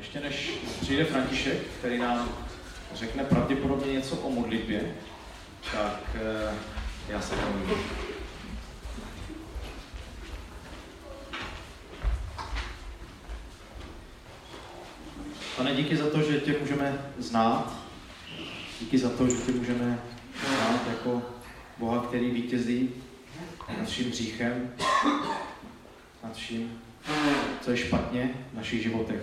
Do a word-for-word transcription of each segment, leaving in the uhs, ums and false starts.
ještě než přijde František, který nám řekne pravděpodobně něco o modlitbě, tak eh, já se pomůžu. Pane, díky za to, že tě můžeme znát. Díky za to, že tě můžeme znát jako Boha, který vítězí nad vším hříchem, nad vším, co je špatně v našich životech.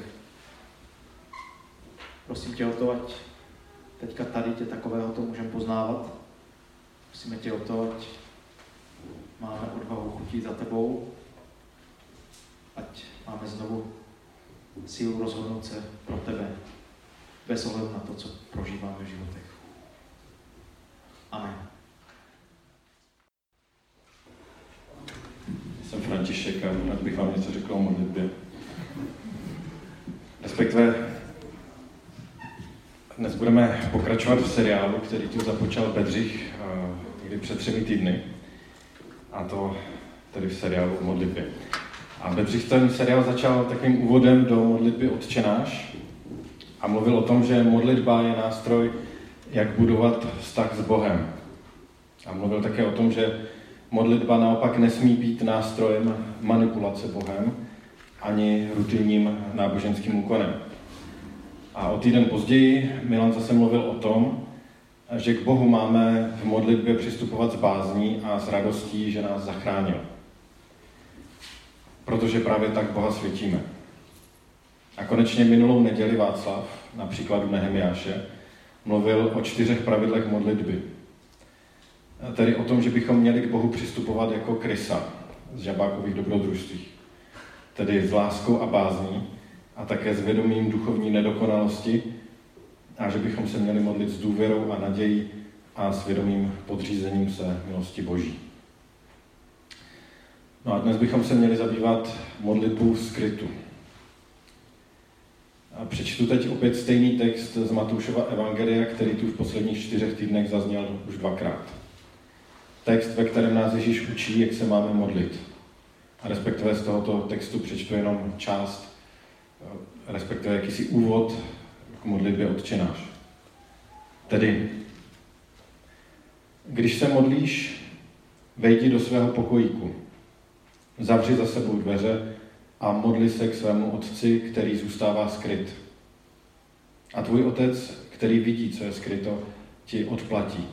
Prosím tě o to, ať teďka tady tě takového to můžeme poznávat. Prosíme tě o to, ať máme odvahu chutít za tebou, ať máme znovu sílu rozhodnout se pro tebe, bez ohledu na to, co prožíváme v životech. Amen. Jsem František a rád bych vám něco řekl o modlitbě. Respektive dnes budeme pokračovat v seriálu, který tu započal Bedřich někdy před třemi týdny. A to tedy v seriálu o modlitbě. A Bedřich ten seriál začal takovým úvodem do modlitby Otče náš a mluvil o tom, že modlitba je nástroj, jak budovat vztah s Bohem. A mluvil také o tom, že modlitba naopak nesmí být nástrojem manipulace Bohem ani rutinním náboženským úkonem. A o týden později Milan zase mluvil o tom, že k Bohu máme v modlitbě přistupovat s bázní a s radostí, že nás zachránil. Protože právě tak Boha světíme. A konečně minulou neděli Václav, na příkladu Nehemiáše, mluvil o čtyřech pravidlech modlitby. Tedy o tom, že bychom měli k Bohu přistupovat jako krysa z žabákových dobrodružství. Tedy s láskou a bázní a také s vědomím duchovní nedokonalosti a že bychom se měli modlit s důvěrou a nadějí a s vědomým podřízením se milosti Boží. No a dnes bychom se měli zabývat modlitbou v skrytu. A přečtu teď opět stejný text z Matoušova evangelia, který tu v posledních čtyřech týdnech zazněl už dvakrát. Text, ve kterém nás Ježíš učí, jak se máme modlit. A respektive z tohoto textu přečtu jenom část, respektive jakýsi úvod k modlitbě Otče náš. Tedy, když se modlíš, vejdi do svého pokojíku, zavři za sebou dveře a modli se k svému Otci, který zůstává skryt. A tvůj Otec, který vidí, co je skryto, ti odplatí.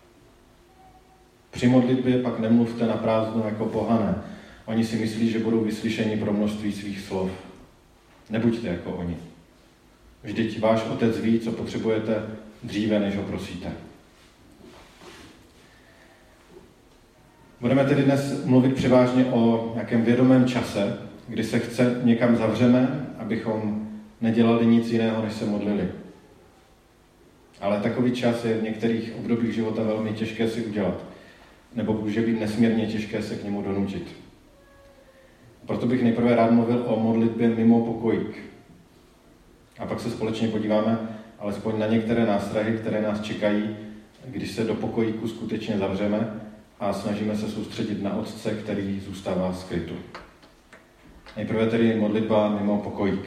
Při modlitbě pak nemluvte na prázdno jako pohané. Oni si myslí, že budou vyslyšeni pro množství svých slov. Nebuďte jako oni. Vždyť váš Otec ví, co potřebujete dříve, než ho prosíte. Budeme tedy dnes mluvit převážně o nějakém vědomém čase, kdy se chce někam zavřeme, abychom nedělali nic jiného, než se modlili. Ale takový čas je v některých obdobích života velmi těžké si udělat, nebo může být nesmírně těžké se k němu donutit. Proto bych nejprve rád mluvil o modlitbě mimo pokojík. A pak se společně podíváme alespoň na některé nástrahy, které nás čekají, když se do pokojíku skutečně zavřeme a snažíme se soustředit na Otce, který zůstává skrytu. Nejprve tedy modlitba mimo pokojík.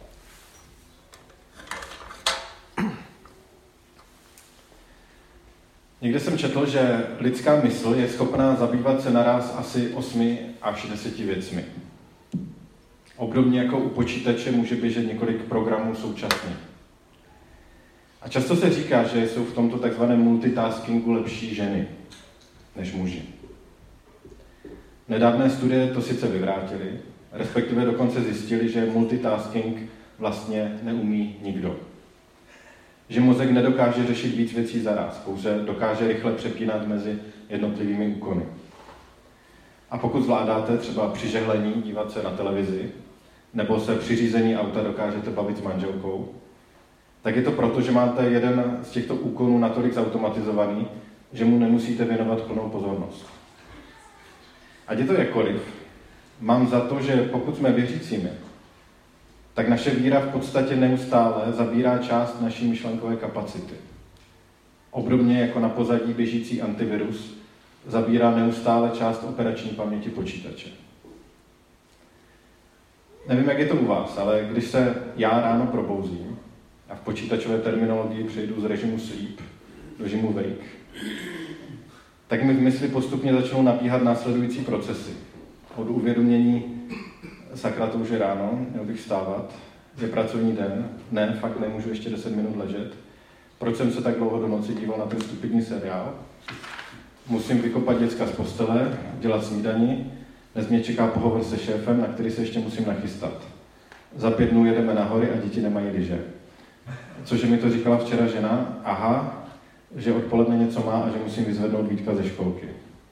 Někde jsem četl, že lidská mysl je schopná zabývat se naraz asi osmi až deseti věcmi. Obdobně jako u počítače může běžet několik programů současně. A často se říká, že jsou v tomto takzvaném multitaskingu lepší ženy než muži. Nedávné studie to sice vyvrátily, respektive dokonce zjistili, že multitasking vlastně neumí nikdo. Že mozek nedokáže řešit víc věcí zaraz, pouze dokáže rychle přepínat mezi jednotlivými úkony. A pokud zvládáte třeba při žehlení dívat se na televizi, nebo se při řízení auta dokážete bavit s manželkou, tak je to proto, že máte jeden z těchto úkonů natolik zautomatizovaný, že mu nemusíte věnovat plnou pozornost. Ať je to jakkoliv, mám za to, že pokud jsme věřícími, tak naše víra v podstatě neustále zabírá část naší myšlenkové kapacity. Obdobně jako na pozadí běžící antivirus zabírá neustále část operační paměti počítače. Nevím, jak je to u vás, ale když se já ráno probouzím a v počítačové terminologii přejdu z režimu sleep do režimu wake, tak mi v mysli postupně začnou nabíhat následující procesy. Od uvědomění, sakra, to už je ráno, měl bych vstávat, je pracovní den, ne, fakt nemůžu ještě deset minut ležet. Proč jsem se tak dlouho do noci díval na ten stupidní seriál? Musím vykopat děcka z postele, dělat snídani, dnes mě čeká pohovor se šéfem, na který se ještě musím nachystat. Za pět dnů jedeme na hory a děti nemají lyže. Cože mi to říkala včera žena, aha, že odpoledne něco má a že musím vyzvednout Vítka ze školky.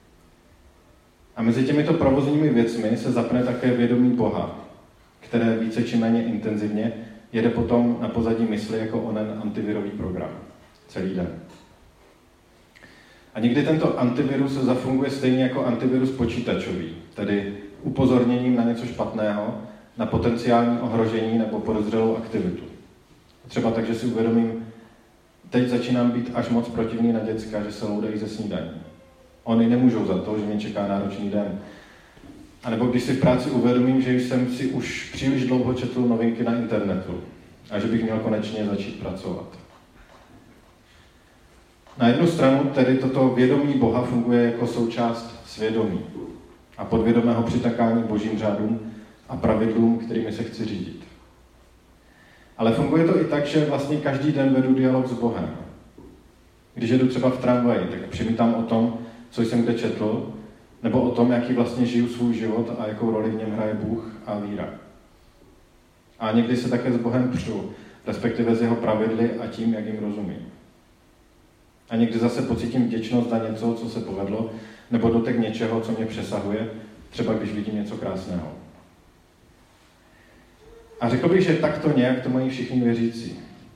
A mezi těmito provozními věcmi se zapne také vědomí Boha, které více či méně intenzivně jede potom na pozadí mysli jako onen antivirový program. Celý den. A někdy tento antivirus zafunguje stejně jako antivirus počítačový, tedy upozorněním na něco špatného, na potenciální ohrožení nebo podezřelou aktivitu. Třeba tak, že si uvědomím, teď začínám být až moc protivný na děcka, že se loudají ze snídaní. Oni nemůžou za to, že mě čeká náročný den. A nebo když si v práci uvědomím, že jsem si už příliš dlouho četl novinky na internetu a že bych měl konečně začít pracovat. Na jednu stranu tedy toto vědomí Boha funguje jako součást svědomí a podvědomého přitakání božím řádům a pravidlům, kterými se chci řídit. Ale funguje to i tak, že vlastně každý den vedu dialog s Bohem. Když jedu třeba v tramvaji, tak přemítám o tom, co jsem kde četl, nebo o tom, jaký vlastně žiju svůj život a jakou roli v něm hraje Bůh a víra. A někdy se také s Bohem přu, respektive s jeho pravidly a tím, jak jim rozumím. A někdy zase pocítím vděčnost za něco, co se povedlo, nebo dotek něčeho, co mě přesahuje, třeba když vidím něco krásného. A řekl bych, že takto nějak to mají všichni věřící.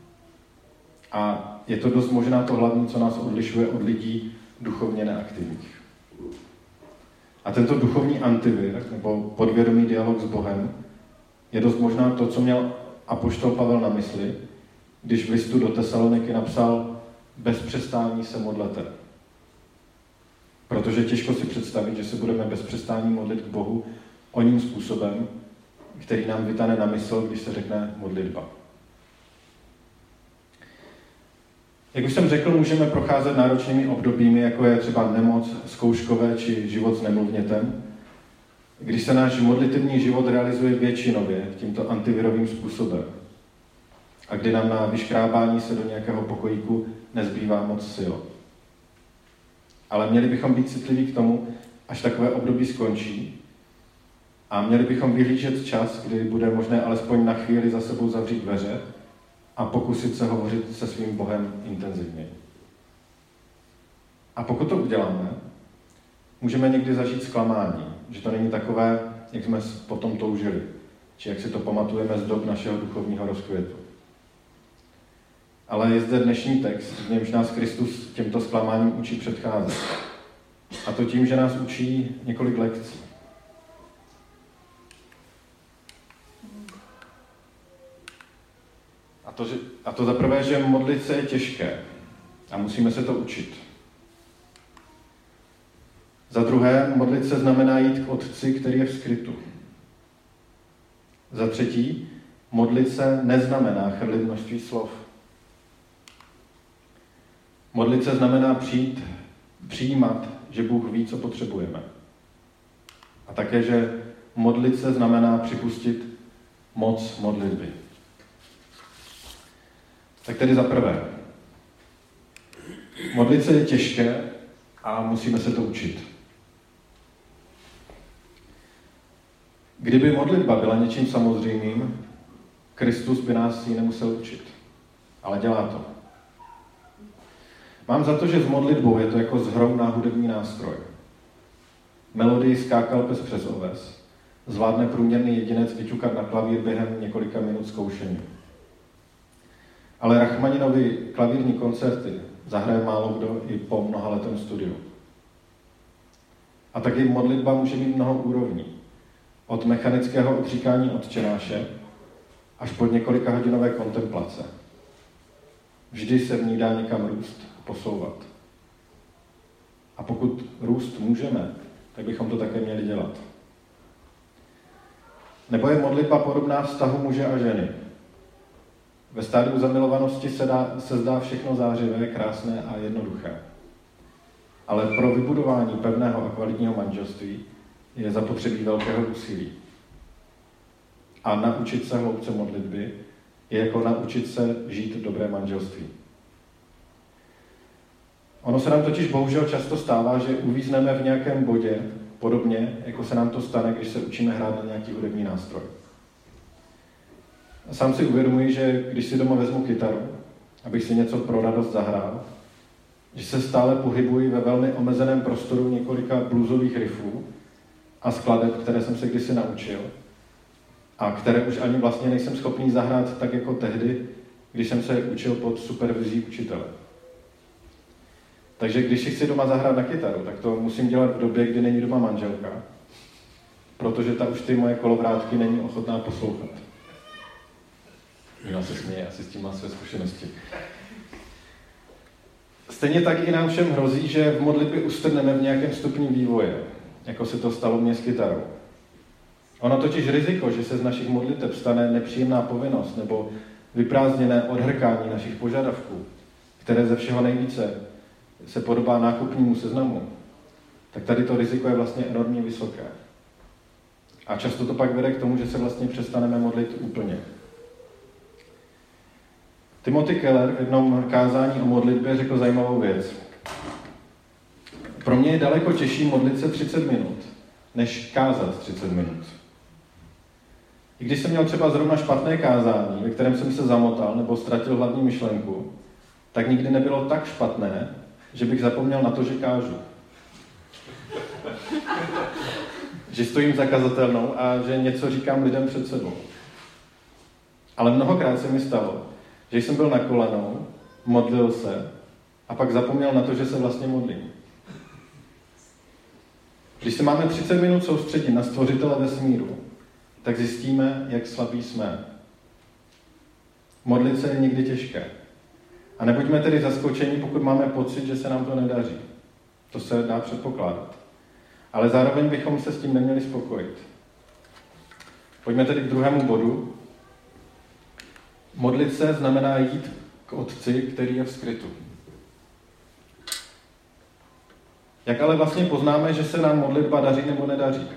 A je to dost možná to hlavní, co nás odlišuje od lidí duchovně neaktivních. A tento duchovní antivir, nebo podvědomý dialog s Bohem, je dost možná to, co měl apoštol Pavel na mysli, když v listu do Tesaloniky napsal bez přestání se modlete. Protože těžko si představit, že se budeme bez přestání modlit k Bohu oním způsobem, který nám vytane na mysl, když se řekne modlitba. Jak už jsem řekl, můžeme procházet náročnými obdobími, jako je třeba nemoc, zkouškové či život s nemluvnětem, když se náš modlitevní život realizuje většinově tímto antivirovým způsobem a kdy nám na vyškrábání se do nějakého pokojíku nezbývá moc sil. Ale měli bychom být citliví k tomu, až takové období skončí, a měli bychom vyhlížet čas, kdy bude možné alespoň na chvíli za sebou zavřít dveře a pokusit se hovořit se svým Bohem intenzivněji. A pokud to uděláme, můžeme někdy zažít zklamání, že to není takové, jak jsme potom toužili, či jak si to pamatujeme z dob našeho duchovního rozkvětu. Ale je zde dnešní text, v němž nás Kristus těmto zklamáním učí předcházet. A to tím, že nás učí několik lekcí. A to, že, a to za prvé, že modlit se je těžké a musíme se to učit. Za druhé, modlit se znamená jít k Otci, který je v skrytu. Za třetí, modlit se neznamená chrlit množství slov. Modlit se znamená přijít, přijímat, že Bůh ví, co potřebujeme. A také, že modlit se znamená připustit moc modlitby. Tak tedy za prvé, modlit se je těžké a musíme se to učit. Kdyby modlitba byla něčím samozřejmým, Kristus by nás ji nemusel učit. Ale dělá to. Mám za to, že s modlitbou je to jako s hrou na hudební nástroj. Melodii skákal pes přes oves. Zvládne průměrný jedinec vyťukat na klavír během několika minut zkoušení. Ale Rachmaninovi klavírní koncerty zahraje málo kdo i po mnohaletém studiu. A taky modlitba může mít mnoho úrovní. Od mechanického odříkání Otčenáše až pod několika hodinové kontemplace. Vždy se v ní dá někam růst a posouvat. A pokud růst můžeme, tak bychom to také měli dělat. Nebo je modlitba podobná vztahu muže a ženy? Ve stádiu zamilovanosti se, dá, se zdá všechno zářivé, krásné a jednoduché. Ale pro vybudování pevného a kvalitního manželství je zapotřebí velkého úsilí. A naučit se hloubce modlitby je jako naučit se žít dobré manželství. Ono se nám totiž bohužel často stává, že uvízneme v nějakém bodě, podobně, jako se nám to stane, když se učíme hrát na nějaký hudební nástroj. A sám si uvědomuji, že když si doma vezmu kytaru, abych si něco pro radost zahrál, že se stále pohybuji ve velmi omezeném prostoru několika bluesových riffů a skladeb, které jsem se kdysi naučil a které už ani vlastně nejsem schopný zahrát tak jako tehdy, když jsem se učil pod supervizí učitele. Takže když si chci doma zahrát na kytaru, tak to musím dělat v době, kdy není doma manželka, protože ta už ty moje kolovrátky není ochotná poslouchat. Já se směje, asi s tím má své zkušenosti. Stejně tak i nám všem hrozí, že v modlitbě ustrneme v nějakém stupni vývoje, jako se to stalo mně s kytarou. Ono totiž riziko, že se z našich modliteb stane nepříjemná povinnost nebo vyprázdněné odhrkání našich požadavků, které ze všeho nejvíce se podobá nákupnímu seznamu, tak tady to riziko je vlastně enormně vysoké. A často to pak vede k tomu, že se vlastně přestaneme modlit úplně. Timothy Keller v jednom kázání o modlitbě řekl zajímavou věc. Pro mě je daleko těžší modlit se třicet minut, než kázat třicet minut. I když jsem měl třeba zrovna špatné kázání, ve kterém jsem se zamotal nebo ztratil hlavní myšlenku, tak nikdy nebylo tak špatné, že bych zapomněl na to, že kážu. Že stojím za kazatelnou a že něco říkám lidem před sebou. Ale mnohokrát se mi stalo, že jsem byl na kolenou, modlil se a pak zapomněl na to, že se vlastně modlím. Když se máme třicet minut soustředit na Stvořitele vesmíru, tak zjistíme, jak slabí jsme. Modlit se je někdy těžké. A nebuďme tedy zaskočeni, pokud máme pocit, že se nám to nedaří. To se dá předpokládat. Ale zároveň bychom se s tím neměli spokojit. Pojďme tedy k druhému bodu. Modlit se znamená jít k Otci, který je v skrytu. Jak ale vlastně poznáme, že se nám modlitba daří nebo nedaří?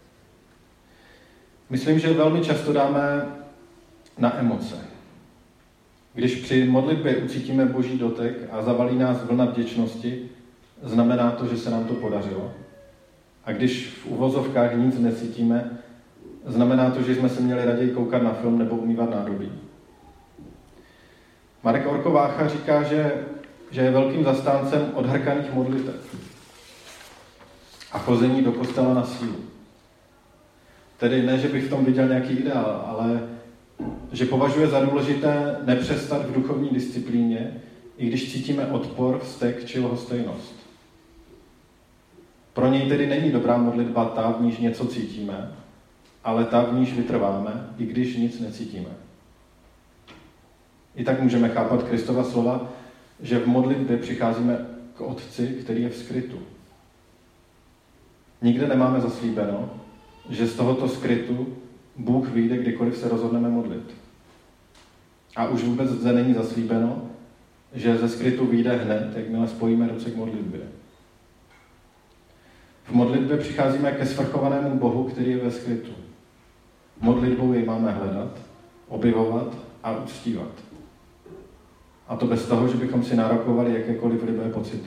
Myslím, že velmi často dáme na emoce. Když při modlitbě ucítíme Boží dotek a zavalí nás vlna vděčnosti, znamená to, že se nám to podařilo. A když v uvozovkách nic necítíme, znamená to, že jsme se měli raději koukat na film nebo umývat nádobí. Marek Orkovácha říká, že, že je velkým zastáncem odhrkaných modlitev a chození do kostela na sílu. Tedy ne, že bych v tom viděl nějaký ideál, ale že považuje za důležité nepřestat v duchovní disciplíně, i když cítíme odpor, vztek či lhostejnost. Pro něj tedy není dobrá modlitba ta, v níž něco cítíme, ale ta, v níž vytrváme, i když nic necítíme. I tak můžeme chápat Kristova slova, že v modlitbě přicházíme k Otci, který je v skrytu. Nikde nemáme zaslíbeno, že z tohoto skrytu Bůh vyjde, kdykoliv se rozhodneme modlit. A už vůbec zde není zaslíbeno, že ze skrytu vyjde hned, jakmile spojíme ruce k modlitbě. V modlitbě přicházíme ke svrchovanému Bohu, který je ve skrytu. Modlitbou jej máme hledat, objevovat a uctívat. A to bez toho, že bychom si nárokovali jakékoliv libé pocity.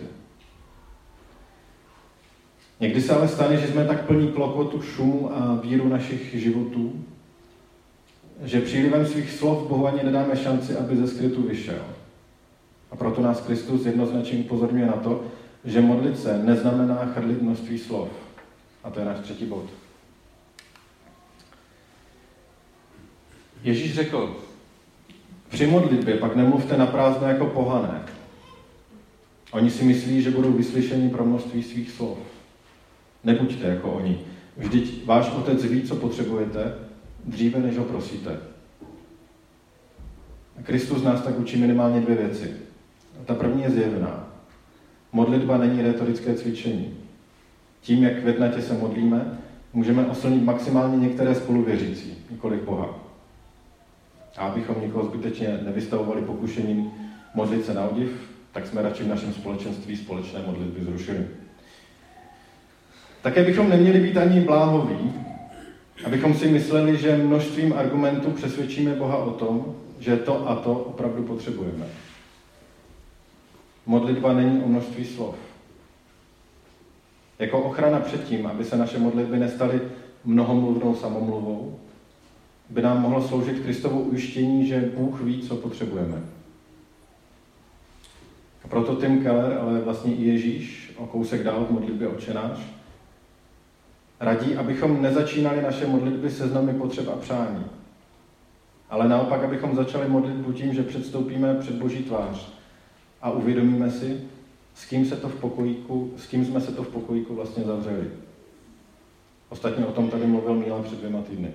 Někdy se ale stane, že jsme tak plní klokotu, šumu a víru našich životů, že přílivem svých slov Bohu ani nedáme šanci, aby ze skrytu vyšel. A proto nás Kristus jednoznačně upozorňuje na to, že modlit se neznamená chrlit množství slov. A to je náš třetí bod. Ježíš řekl, při modlitbě pak nemluvte naprázdno jako pohané. Oni si myslí, že budou vyslyšeni pro množství svých slov. Nebuďte jako oni. Vždyť váš Otec ví, co potřebujete, dříve, než ho prosíte. A Kristus nás tak učí minimálně dvě věci. A ta první je zjevná. Modlitba není rétorické cvičení. Tím, jak květnatě se modlíme, můžeme oslnit maximálně některé spoluvěřící, nikoliv Boha. A abychom někoho zbytečně nevystavovali pokušením modlit se na odiv, tak jsme radši v našem společenství společné modlitby zrušili. Také bychom neměli být ani bláhoví, abychom si mysleli, že množstvím argumentů přesvědčíme Boha o tom, že to a to opravdu potřebujeme. Modlitba není o množství slov. Jako ochrana před tím, aby se naše modlitby nestaly mnohomluvnou samomluvou, by nám mohlo sloužit Kristovo ujištění, že Bůh ví, co potřebujeme. A proto Tim Keller, ale vlastně i Ježíš, o kousek dál v modlitbě Otče náš, radí, abychom nezačínali naše modlitby seznamy potřeb a přání, ale naopak, abychom začali modlitbu tím, že předstoupíme před Boží tvář a uvědomíme si, s kým, se to v pokojíku, s kým jsme se to v pokojíku vlastně zavřeli. Ostatně o tom tady mluvil Míla před dvěma týdny.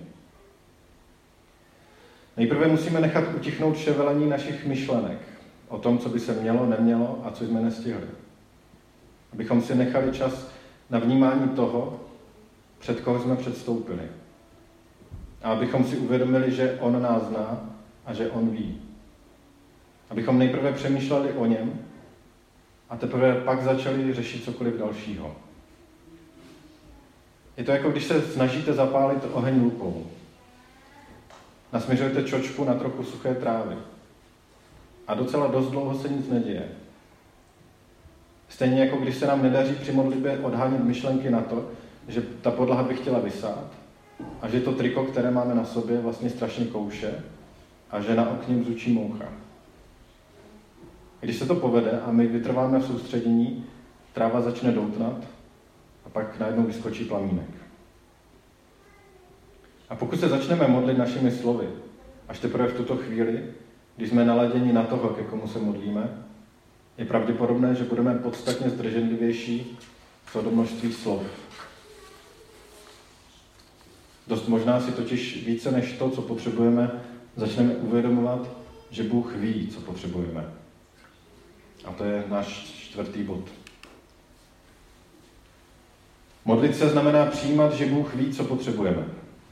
Nejprve musíme nechat utichnout ševelení našich myšlenek o tom, co by se mělo, nemělo a co jsme nestihli. Abychom si nechali čas na vnímání toho, před koho jsme předstoupili. A abychom si uvědomili, že on nás zná a že on ví. Abychom nejprve přemýšleli o něm a teprve pak začali řešit cokoliv dalšího. Je to jako když se snažíte zapálit oheň lupou. Nasměřujete čočku na trochu suché trávy. A docela dost dlouho se nic neděje. Stejně jako když se nám nedaří při modlitbě odhánět myšlenky na to, že ta podlaha by chtěla vysát a že to triko, které máme na sobě, vlastně strašně kouše a že na okně bzučí moucha. Když se to povede a my vytrváme v soustředění, tráva začne doutnat a pak najednou vyskočí plamínek. A pokud se začneme modlit našimi slovy, až teprve v tuto chvíli, když jsme naladěni na toho, ke komu se modlíme, je pravděpodobné, že budeme podstatně zdrženlivější co do množství slov. Dost možná si totiž více než to, co potřebujeme, začneme uvědomovat, že Bůh ví, co potřebujeme. A to je náš čtvrtý bod. Modlit se znamená přijímat, že Bůh ví, co potřebujeme.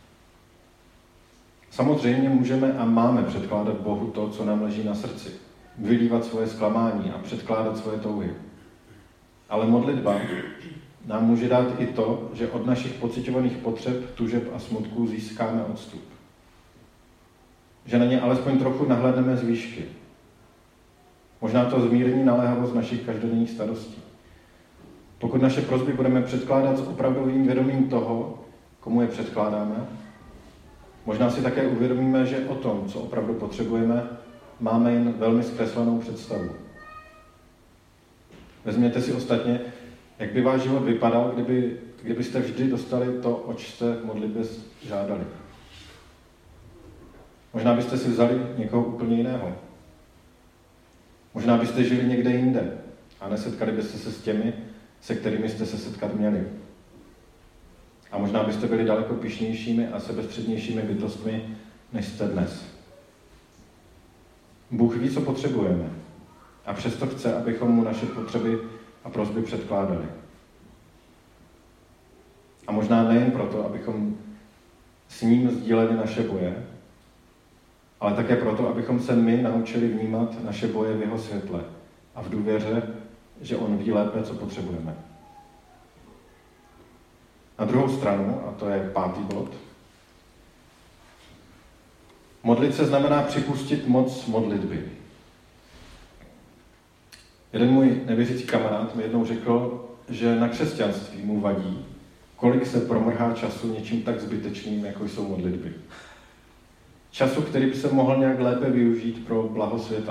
Samozřejmě můžeme a máme předkládat Bohu to, co nám leží na srdci. Vylívat svoje zklamání a předkládat svoje touhy. Ale modlitba nám může dát i to, že od našich pociťovaných potřeb, tužeb a smutků získáme odstup. Že na ně alespoň trochu nahlédneme z výšky. Možná to zmírní naléhavost našich každodenních starostí. Pokud naše prosby budeme předkládat s opravdovým vědomím toho, komu je předkládáme, možná si také uvědomíme, že o tom, co opravdu potřebujeme, máme jen velmi zkreslenou představu. Vezměte si ostatně, jak by váš život vypadal, kdyby, kdybyste vždy dostali to, oč jste v modlitbě žádali. Možná byste si vzali někoho úplně jiného. Možná byste žili někde jinde a nesetkali byste se s těmi, se kterými jste se setkat měli. A možná byste byli daleko pyšnějšími a sebestřednějšími bytostmi, než jste dnes. Bůh ví, co potřebujeme a přesto chce, abychom mu naše potřeby a prosby předkládali. A možná nejen proto, abychom s ním sdíleli naše boje, ale také proto, abychom se my naučili vnímat naše boje v jeho světle a v důvěře, že on ví lépe, co potřebujeme. Na druhou stranu, a to je pátý bod, modlit se znamená připustit moc modlitby. Jeden můj nevěřící kamarád mi jednou řekl, že na křesťanství mu vadí, kolik se promrhá času něčím tak zbytečným, jako jsou modlitby. Času, který by se mohl nějak lépe využít pro blaho světa.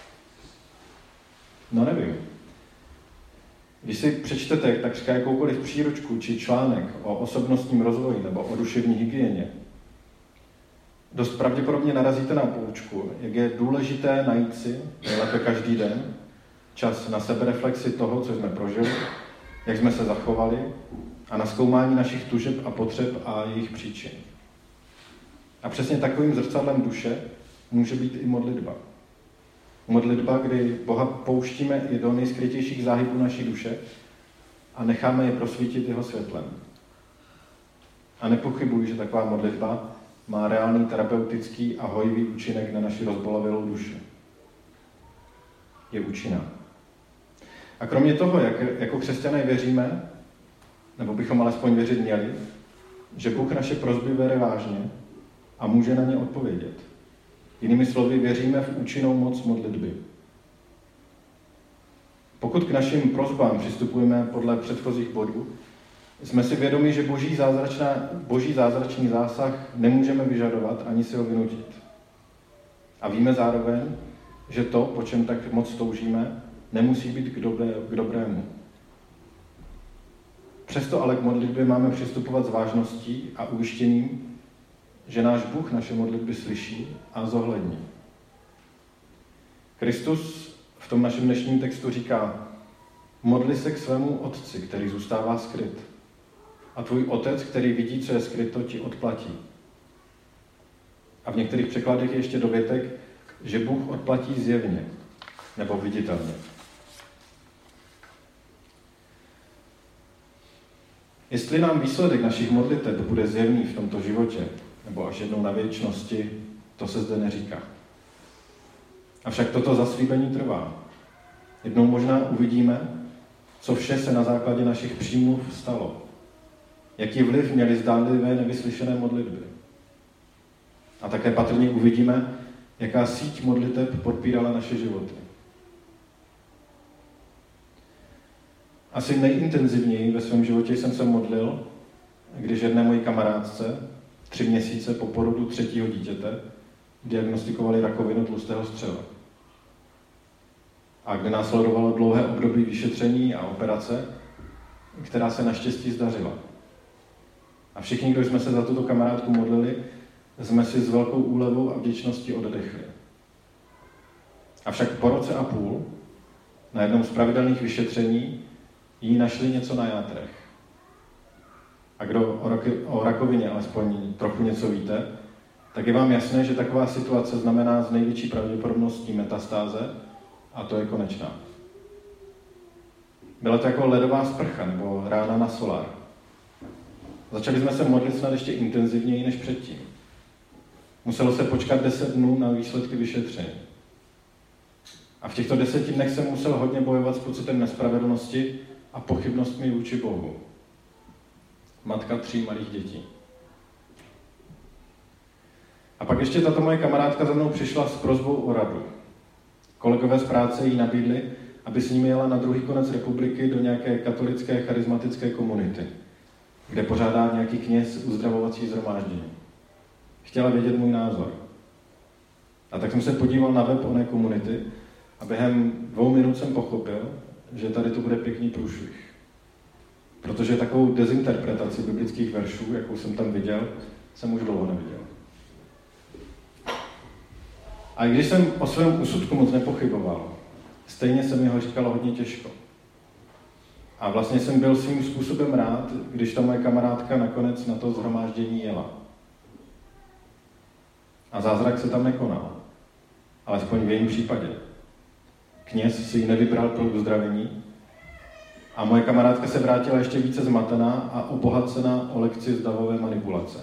No nevím. Když si přečtete takřka jakoukoliv příručku či článek o osobnostním rozvoji nebo o duševní hygieně, dost pravděpodobně narazíte na poučku, jak je důležité najít si, nejlépe každý den, čas na sebereflexi toho, co jsme prožili, jak jsme se zachovali a na zkoumání našich tužeb a potřeb a jejich příčin. A přesně takovým zrcadlem duše může být i modlitba. Modlitba, kdy Boha pouštíme i do nejskrytějších záhybů naší duše a necháme je prosvítit jeho světlem. A nepochybuji, že taková modlitba má reálný terapeutický a hojivý účinek na naši rozbolavělou duši. Je účinná. A kromě toho, jak jako křesťané věříme, nebo bychom alespoň věřit měli, že Bůh naše prosby bere vážně a může na ně odpovědět. Jinými slovy, věříme v účinnou moc modlitby. Pokud k našim prosbám přistupujeme podle předchozích bodů, jsme si vědomi, že boží, zázračná, boží zázračný zásah nemůžeme vyžadovat ani si ho vynutit. A víme zároveň, že to, po čem tak moc toužíme, nemusí být k, dobré, k dobrému. Přesto ale k modlitbě máme přistupovat s vážností a ujištěním, že náš Bůh naše modlitby slyší a zohlední. Kristus v tom našem dnešním textu říká: modli se k svému Otci, který zůstává skryt. A tvůj Otec, který vidí, co je skryto, ti odplatí. A v některých překladech je ještě dovětek, že Bůh odplatí zjevně nebo viditelně. Jestli nám výsledek našich modliteb bude zjevný v tomto životě, nebo až jednou na věčnosti, to se zde neříká. Avšak toto zaslíbení trvá. Jednou možná uvidíme, co vše se na základě našich přímluv stalo. Jaký vliv měly zdánlivé nevyslyšené modlitby. A také patrně uvidíme, jaká síť modliteb podpírala naše životy. Asi nejintenzivněji ve svém životě jsem se modlil, když jedné mojí kamarádce tři měsíce po porodu třetího dítěte diagnostikovali rakovinu tlustého střeva. A kde následovalo dlouhé období vyšetření a operace, která se naštěstí zdařila. A všichni, kdo jsme se za tuto kamarádku modlili, jsme si s velkou úlevou a vděčností oddechli. Avšak po roce a půl, na jednom z pravidelných vyšetření, jí našli něco na játrech. A kdo o, rak- o rakovině alespoň trochu něco víte, tak je vám jasné, že taková situace znamená s největší pravděpodobností metastáze a to je konečná. Byla to jako ledová sprcha nebo rána na solár. Začali jsme se modlit snad ještě intenzivněji než předtím. Muselo se počkat deset dnů na výsledky vyšetření. A v těchto deseti dnech jsem musel hodně bojovat s pocitem nespravedlnosti a pochybnostmi vůči Bohu. Matka tří malých dětí. A pak ještě tato moje kamarádka za mnou přišla s prosbou o radu. Kolegové z práce jí nabídli, aby s nimi jela na druhý konec republiky do nějaké katolické charismatické komunity, kde pořádá nějaký kněz uzdravovací shromáždění. Chtěla vědět můj názor. A tak jsem se podíval na web oné komunity a během dvou minut jsem pochopil, že tady to bude pěkný průšvih. Protože takovou dezinterpretaci biblických veršů, jakou jsem tam viděl, jsem už dlouho neviděl. A i když jsem o svém úsudku moc nepochyboval, stejně se mi ho říkalo hodně těžko. A vlastně jsem byl svým způsobem rád, když ta moje kamarádka nakonec na to shromáždění jela. A zázrak se tam nekonal. Alespoň v jejím případě. Kněz si ji nevybral pro uzdravení a moje kamarádka se vrátila ještě více zmatená a obohacená o lekci z davové manipulace.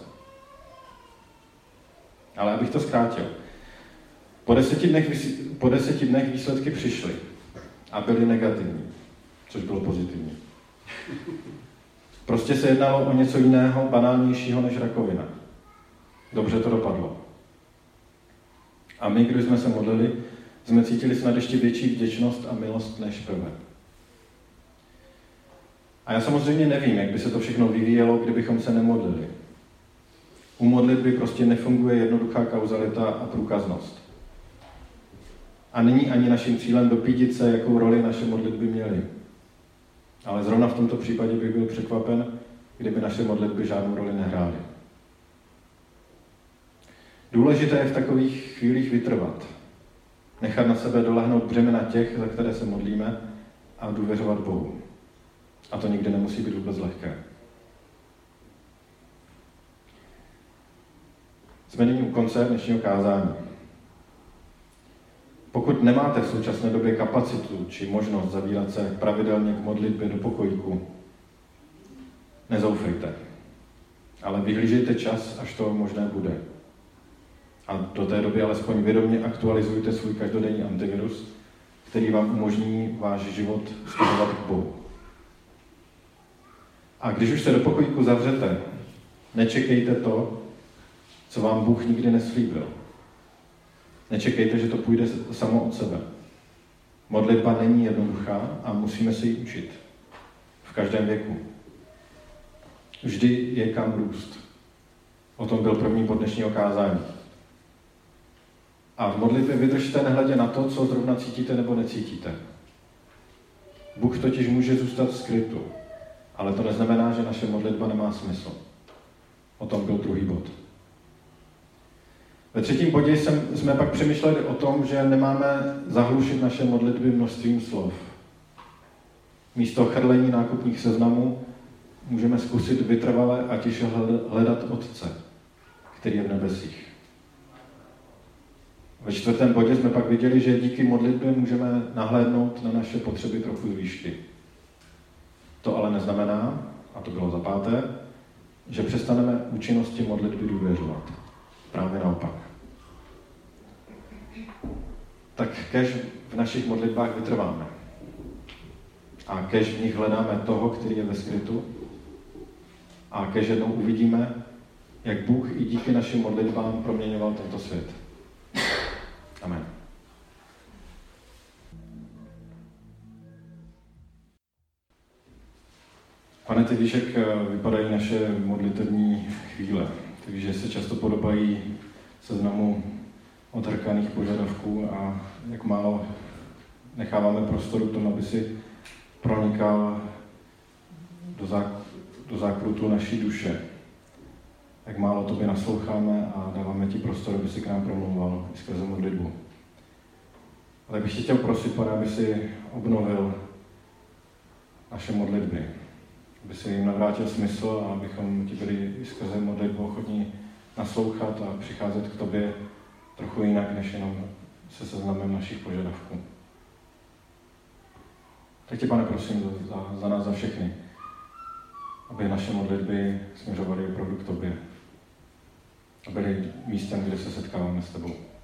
Ale abych to zkrátil. Po deseti dnech, po deseti dnech výsledky přišly a byly negativní, což bylo pozitivní. Prostě se jednalo o něco jiného, banálnějšího než rakovina. Dobře to dopadlo. A my, když jsme se modlili, jsme cítili snad ještě větší vděčnost a milost než prvé. A já samozřejmě nevím, jak by se to všechno vyvíjelo, kdybychom se nemodlili. U modlitby prostě nefunguje jednoduchá kauzalita a průkaznost. A není ani naším cílem dopídit se, jakou roli naše modlitby měly. Ale zrovna v tomto případě bych byl překvapen, kdyby naše modlitby žádnou roli nehrály. Důležité je v takových chvílích vytrvat. Nechat na sebe dolehnout břemena těch, za které se modlíme, a důvěřovat Bohu. A to nikdy nemusí být vůbec lehké. Jsme nyní u konce dnešního kázání. Pokud nemáte v současné době kapacitu či možnost zavírat se pravidelně k modlitbě do pokojíku, nezoufejte. ale vyhlížejte čas, až to možné bude. A do té doby alespoň vědomě aktualizujte svůj každodenní antivirus, který vám umožní váš život vztahovat k Bohu. A když už se do pokojíku zavřete, nečekejte to, co vám Bůh nikdy neslíbil. Nečekejte, že to půjde samo od sebe. Modlitba není jednoduchá a musíme se ji učit. V každém věku. Vždy je kam růst. O tom byl první bod dnešního kázání. A v modlitbě vydržte nehledě na to, co zrovna cítíte nebo necítíte. Bůh totiž může zůstat v skrytu, ale to neznamená, že naše modlitba nemá smysl. O tom byl druhý bod. Ve třetím bodě jsem, jsme pak přemýšleli o tom, že nemáme zahlušit naše modlitby množstvím slov. Místo chrlení nákupních seznamů můžeme zkusit vytrvale a tiše hledat Otce, který je v nebesích. Ve čtvrtém bodě jsme pak viděli, že díky modlitbě můžeme nahlédnout na naše potřeby trochu z výšky. To ale neznamená, a to bylo za páté, že přestaneme účinnosti modlitby důvěřovat. Právě naopak. Tak kéž v našich modlitbách vytrváme. A kéž v nich hledáme toho, který je ve skrytu. A kéž jednou uvidíme, jak Bůh i díky našim modlitbám proměňoval tento svět. Amen. Pane, ty víš, jak vypadají naše modlitevní chvíle. Takže se často podobají seznamu odhrkaných požadavků a jak málo necháváme prostoru k tomu, aby si pronikal do, zák- do zákrutu naší duše. Jak málo tobě nasloucháme a dáváme ti prostor, aby si k nám promlouval i skrze modlitbu. Ale bych tě chtěl prosit, Pane, aby si obnovil naše modlitby. Aby si jim navrátil smysl a abychom ti byli i skrze modlitbu ochotní naslouchat a přicházet k tobě trochu jinak, než jenom se seznamem našich požadavků. Tak tě, Pane, prosím za, za nás, za všechny, aby naše modlitby směřovaly opravdu k tobě a byly místem, kde se setkáváme s tebou.